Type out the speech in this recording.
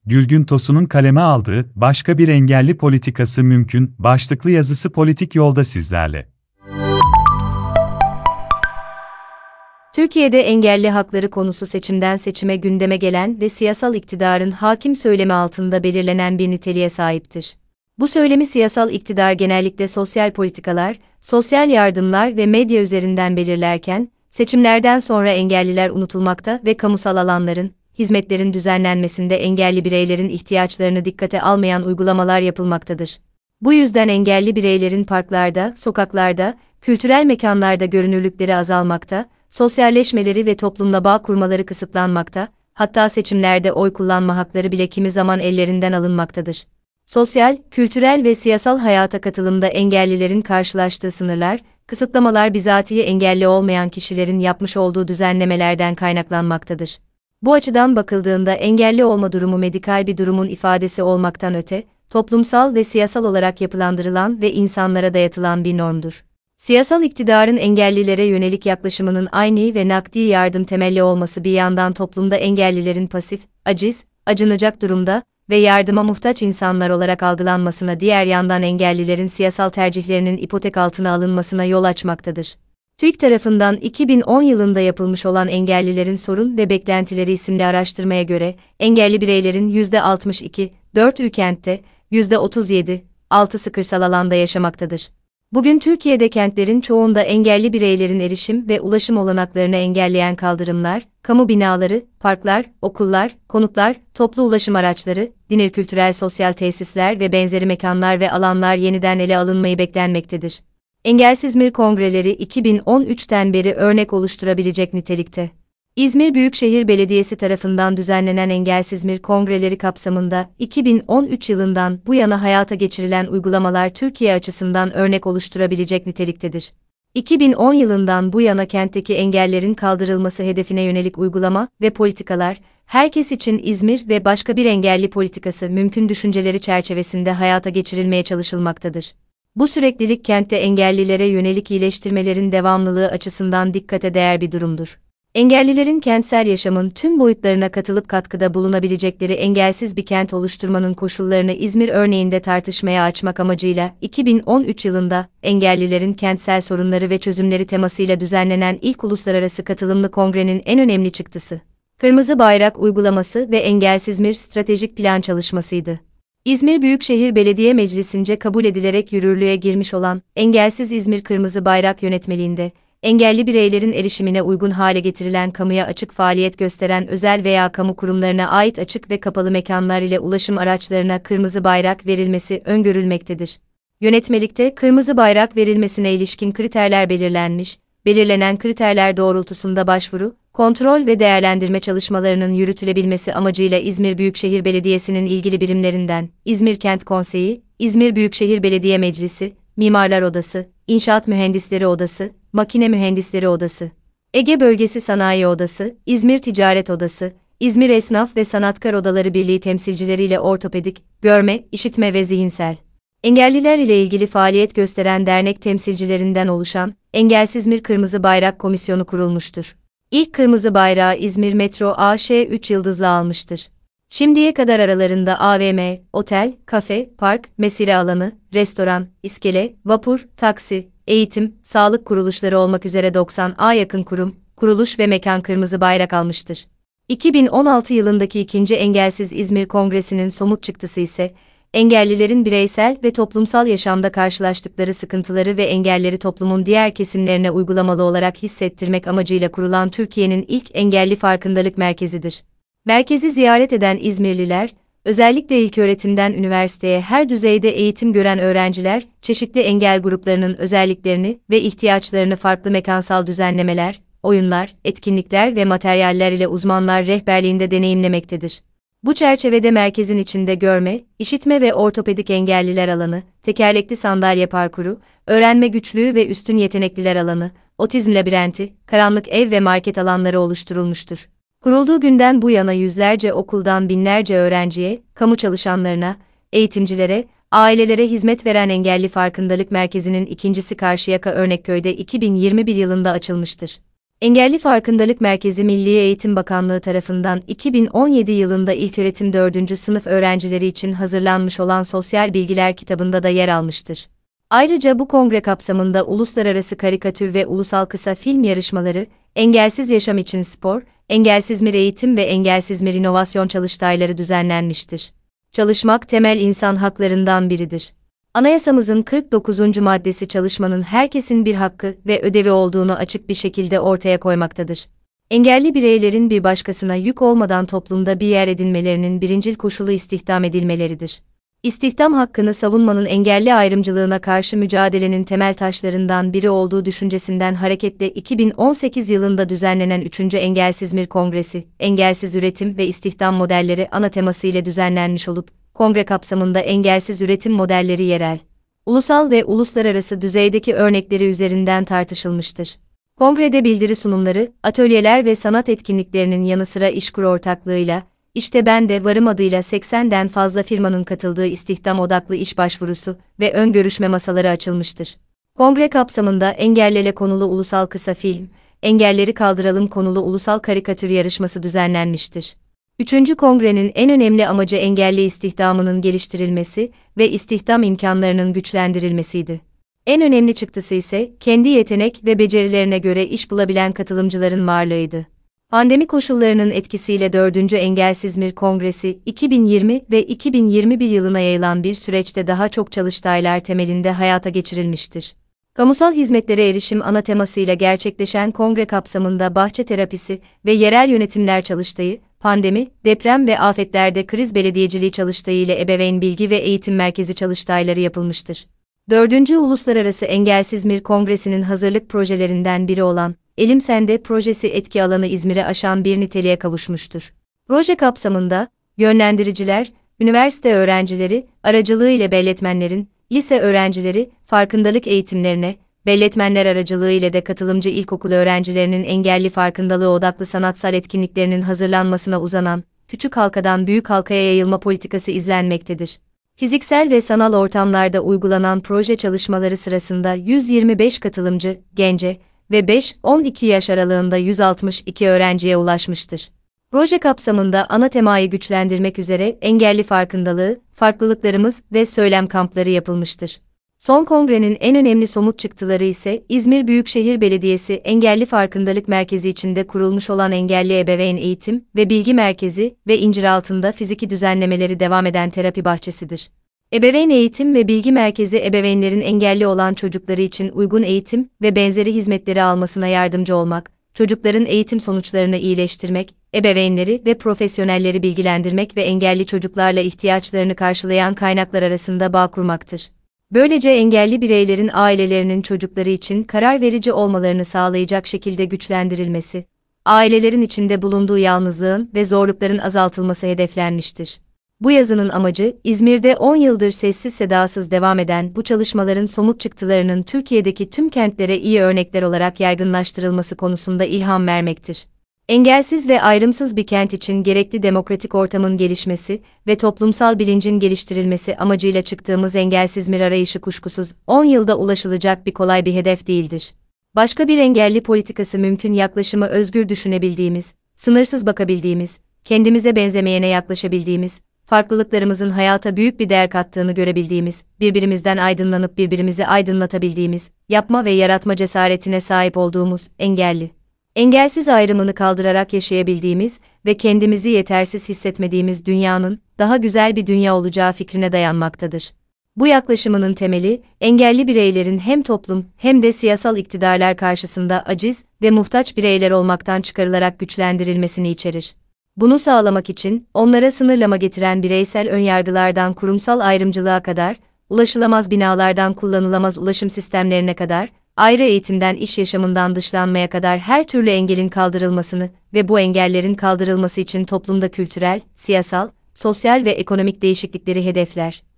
Gülgün Tosun'un kaleme aldığı "Başka bir engelli politikası mümkün" başlıklı yazısı politik yolda sizlerle. Türkiye'de engelli hakları konusu seçimden seçime gündeme gelen ve siyasal iktidarın hakim söylemi altında belirlenen bir niteliğe sahiptir. Bu söylemi siyasal iktidar genellikle sosyal politikalar, sosyal yardımlar ve medya üzerinden belirlerken, seçimlerden sonra engelliler unutulmakta ve kamusal alanların, hizmetlerin düzenlenmesinde engelli bireylerin ihtiyaçlarını dikkate almayan uygulamalar yapılmaktadır. Bu yüzden engelli bireylerin parklarda, sokaklarda, kültürel mekanlarda görünürlükleri azalmakta, sosyalleşmeleri ve toplumla bağ kurmaları kısıtlanmakta, hatta seçimlerde oy kullanma hakları bile kimi zaman ellerinden alınmaktadır. Sosyal, kültürel ve siyasal hayata katılımda engellilerin karşılaştığı sınırlar, kısıtlamalar bizatihi engelli olmayan kişilerin yapmış olduğu düzenlemelerden kaynaklanmaktadır. Bu açıdan bakıldığında engelli olma durumu medikal bir durumun ifadesi olmaktan öte, toplumsal ve siyasal olarak yapılandırılan ve insanlara dayatılan bir normdur. Siyasal iktidarın engellilere yönelik yaklaşımının ayni ve nakdi yardım temelli olması bir yandan toplumda engellilerin pasif, aciz, acınacak durumda ve yardıma muhtaç insanlar olarak algılanmasına, diğer yandan engellilerin siyasal tercihlerinin ipotek altına alınmasına yol açmaktadır. TÜİK tarafından 2010 yılında yapılmış olan Engellilerin Sorun ve Beklentileri isimli araştırmaya göre, engelli bireylerin %62,4'ü kentte, %37,6'sı kırsal alanda yaşamaktadır. Bugün Türkiye'de kentlerin çoğunda engelli bireylerin erişim ve ulaşım olanaklarını engelleyen kaldırımlar, kamu binaları, parklar, okullar, konutlar, toplu ulaşım araçları, dinir kültürel sosyal tesisler ve benzeri mekanlar ve alanlar yeniden ele alınmayı beklenmektedir. Engelsiz İzmir Kongreleri 2013'ten beri örnek oluşturabilecek nitelikte. İzmir Büyükşehir Belediyesi tarafından düzenlenen Engelsiz İzmir Kongreleri kapsamında 2013 yılından bu yana hayata geçirilen uygulamalar Türkiye açısından örnek oluşturabilecek niteliktedir. 2010 yılından bu yana kentteki engellerin kaldırılması hedefine yönelik uygulama ve politikalar, herkes için İzmir ve başka bir engelli politikası mümkün düşünceleri çerçevesinde hayata geçirilmeye çalışılmaktadır. Bu süreklilik kentte engellilere yönelik iyileştirmelerin devamlılığı açısından dikkate değer bir durumdur. Engellilerin kentsel yaşamın tüm boyutlarına katılıp katkıda bulunabilecekleri engelsiz bir kent oluşturmanın koşullarını İzmir örneğinde tartışmaya açmak amacıyla 2013 yılında engellilerin kentsel sorunları ve çözümleri temasıyla düzenlenen ilk uluslararası katılımlı kongrenin en önemli çıktısı, Kırmızı Bayrak uygulaması ve Engelsiz İzmir stratejik plan çalışmasıydı. İzmir Büyükşehir Belediye Meclisi'nce kabul edilerek yürürlüğe girmiş olan Engelsiz İzmir Kırmızı Bayrak yönetmeliğinde, engelli bireylerin erişimine uygun hale getirilen kamuya açık faaliyet gösteren özel veya kamu kurumlarına ait açık ve kapalı mekanlar ile ulaşım araçlarına kırmızı bayrak verilmesi öngörülmektedir. Yönetmelikte kırmızı bayrak verilmesine ilişkin kriterler belirlenmiş, belirlenen kriterler doğrultusunda başvuru, kontrol ve değerlendirme çalışmalarının yürütülebilmesi amacıyla İzmir Büyükşehir Belediyesi'nin ilgili birimlerinden İzmir Kent Konseyi, İzmir Büyükşehir Belediye Meclisi, Mimarlar Odası, İnşaat Mühendisleri Odası, Makine Mühendisleri Odası, Ege Bölgesi Sanayi Odası, İzmir Ticaret Odası, İzmir Esnaf ve Sanatkar Odaları Birliği temsilcileriyle ortopedik, görme, işitme ve zihinsel engelliler ile ilgili faaliyet gösteren dernek temsilcilerinden oluşan Engelsiz İzmir Kırmızı Bayrak Komisyonu kurulmuştur. İlk kırmızı bayrağı İzmir Metro AŞ 3 yıldızlı almıştır. Şimdiye kadar aralarında AVM, otel, kafe, park, mesire alanı, restoran, iskele, vapur, taksi, eğitim, sağlık kuruluşları olmak üzere 90'a yakın kurum, kuruluş ve mekan kırmızı bayrak almıştır. 2016 yılındaki 2. Engelsiz İzmir Kongresi'nin somut çıktısı ise, engellilerin bireysel ve toplumsal yaşamda karşılaştıkları sıkıntıları ve engelleri toplumun diğer kesimlerine uygulamalı olarak hissettirmek amacıyla kurulan Türkiye'nin ilk engelli farkındalık merkezidir. Merkezi ziyaret eden İzmirliler, özellikle ilköğretimden üniversiteye her düzeyde eğitim gören öğrenciler, çeşitli engel gruplarının özelliklerini ve ihtiyaçlarını farklı mekansal düzenlemeler, oyunlar, etkinlikler ve materyaller ile uzmanlar rehberliğinde deneyimlemektedir. Bu çerçevede merkezin içinde görme, işitme ve ortopedik engelliler alanı, tekerlekli sandalye parkuru, öğrenme güçlüğü ve üstün yetenekliler alanı, otizm labirenti, karanlık ev ve market alanları oluşturulmuştur. Kurulduğu günden bu yana yüzlerce okuldan binlerce öğrenciye, kamu çalışanlarına, eğitimcilere, ailelere hizmet veren Engelli Farkındalık Merkezi'nin ikincisi Karşıyaka Örnekköy'de 2021 yılında açılmıştır. Engelli Farkındalık Merkezi Milli Eğitim Bakanlığı tarafından 2017 yılında ilköğretim 4. sınıf öğrencileri için hazırlanmış olan Sosyal Bilgiler kitabında da yer almıştır. Ayrıca bu kongre kapsamında uluslararası karikatür ve ulusal kısa film yarışmaları, Engelsiz Yaşam için Spor, Engelsizmir Eğitim ve Engelsizmir İnovasyon çalıştayları düzenlenmiştir. Çalışmak temel insan haklarından biridir. Anayasamızın 49. maddesi çalışmanın herkesin bir hakkı ve ödevi olduğunu açık bir şekilde ortaya koymaktadır. Engelli bireylerin bir başkasına yük olmadan toplumda bir yer edinmelerinin birincil koşulu istihdam edilmeleridir. İstihdam hakkını savunmanın engelli ayrımcılığına karşı mücadelenin temel taşlarından biri olduğu düşüncesinden hareketle 2018 yılında düzenlenen 3. Engelsizmir Kongresi, Engelsiz Üretim ve İstihdam Modelleri ana teması ile düzenlenmiş olup, kongre kapsamında engelsiz üretim modelleri yerel, ulusal ve uluslararası düzeydeki örnekleri üzerinden tartışılmıştır. Kongrede bildiri sunumları, atölyeler ve sanat etkinliklerinin yanı sıra İşkur ortaklığıyla, İşte Ben de Varım adıyla 80'den fazla firmanın katıldığı istihdam odaklı iş başvurusu ve ön görüşme masaları açılmıştır. Kongre kapsamında Engellele konulu ulusal kısa film, Engelleri Kaldıralım konulu ulusal karikatür yarışması düzenlenmiştir. 3. Kongrenin en önemli amacı engelli istihdamının geliştirilmesi ve istihdam imkanlarının güçlendirilmesiydi. En önemli çıktısı ise kendi yetenek ve becerilerine göre iş bulabilen katılımcıların varlığıydı. Pandemi koşullarının etkisiyle 4. Engelsizmir Kongresi, 2020 ve 2021 yılına yayılan bir süreçte daha çok çalıştaylar temelinde hayata geçirilmiştir. Kamusal hizmetlere erişim ana temasıyla gerçekleşen kongre kapsamında bahçe terapisi ve yerel yönetimler çalıştayı, pandemi, deprem ve afetlerde kriz belediyeciliği çalıştayı ile ebeveyn bilgi ve eğitim merkezi çalıştayları yapılmıştır. 4. Uluslararası Engelsizmir Kongresi'nin hazırlık projelerinden biri olan Elim Sende projesi etki alanı İzmir'e aşan bir niteliğe kavuşmuştur. Proje kapsamında, yönlendiriciler, üniversite öğrencileri, aracılığıyla belletmenlerin, lise öğrencileri, farkındalık eğitimlerine, belletmenler aracılığı ile de katılımcı ilkokul öğrencilerinin engelli farkındalığı odaklı sanatsal etkinliklerinin hazırlanmasına uzanan, küçük halkadan büyük halkaya yayılma politikası izlenmektedir. Fiziksel ve sanal ortamlarda uygulanan proje çalışmaları sırasında 125 katılımcı, gence ve 5-12 yaş aralığında 162 öğrenciye ulaşmıştır. Proje kapsamında ana temayı güçlendirmek üzere engelli farkındalığı, farklılıklarımız ve söylem kampları yapılmıştır. Son kongrenin en önemli somut çıktıları ise İzmir Büyükşehir Belediyesi Engelli Farkındalık Merkezi içinde kurulmuş olan Engelli Ebeveyn Eğitim ve Bilgi Merkezi ve İnciraltı'nda fiziki düzenlemeleri devam eden terapi bahçesidir. Ebeveyn Eğitim ve Bilgi Merkezi ebeveynlerin engelli olan çocukları için uygun eğitim ve benzeri hizmetleri almasına yardımcı olmak, çocukların eğitim sonuçlarını iyileştirmek, ebeveynleri ve profesyonelleri bilgilendirmek ve engelli çocuklarla ihtiyaçlarını karşılayan kaynaklar arasında bağ kurmaktır. Böylece engelli bireylerin ailelerinin çocukları için karar verici olmalarını sağlayacak şekilde güçlendirilmesi, ailelerin içinde bulunduğu yalnızlığın ve zorlukların azaltılması hedeflenmiştir. Bu yazının amacı, İzmir'de 10 yıldır sessiz sedasız devam eden bu çalışmaların somut çıktılarının Türkiye'deki tüm kentlere iyi örnekler olarak yaygınlaştırılması konusunda ilham vermektir. Engelsiz ve ayrımsız bir kent için gerekli demokratik ortamın gelişmesi ve toplumsal bilincin geliştirilmesi amacıyla çıktığımız Engelsizmir arayışı kuşkusuz 10 yılda ulaşılacak kolay bir hedef değildir. Başka bir engelli politikası mümkün yaklaşımı özgür düşünebildiğimiz, sınırsız bakabildiğimiz, kendimize benzemeyene yaklaşabildiğimiz, farklılıklarımızın hayata büyük bir değer kattığını görebildiğimiz, birbirimizden aydınlanıp birbirimizi aydınlatabildiğimiz, yapma ve yaratma cesaretine sahip olduğumuz, engelsiz ayrımını kaldırarak yaşayabildiğimiz ve kendimizi yetersiz hissetmediğimiz dünyanın daha güzel bir dünya olacağı fikrine dayanmaktadır. Bu yaklaşımının temeli, engelli bireylerin hem toplum hem de siyasal iktidarlar karşısında aciz ve muhtaç bireyler olmaktan çıkarılarak güçlendirilmesini içerir. Bunu sağlamak için, onlara sınırlama getiren bireysel önyargılardan kurumsal ayrımcılığa kadar, ulaşılamaz binalardan kullanılamaz ulaşım sistemlerine kadar, ayrı eğitimden iş yaşamından dışlanmaya kadar her türlü engelin kaldırılmasını ve bu engellerin kaldırılması için toplumda kültürel, siyasal, sosyal ve ekonomik değişiklikleri hedefler.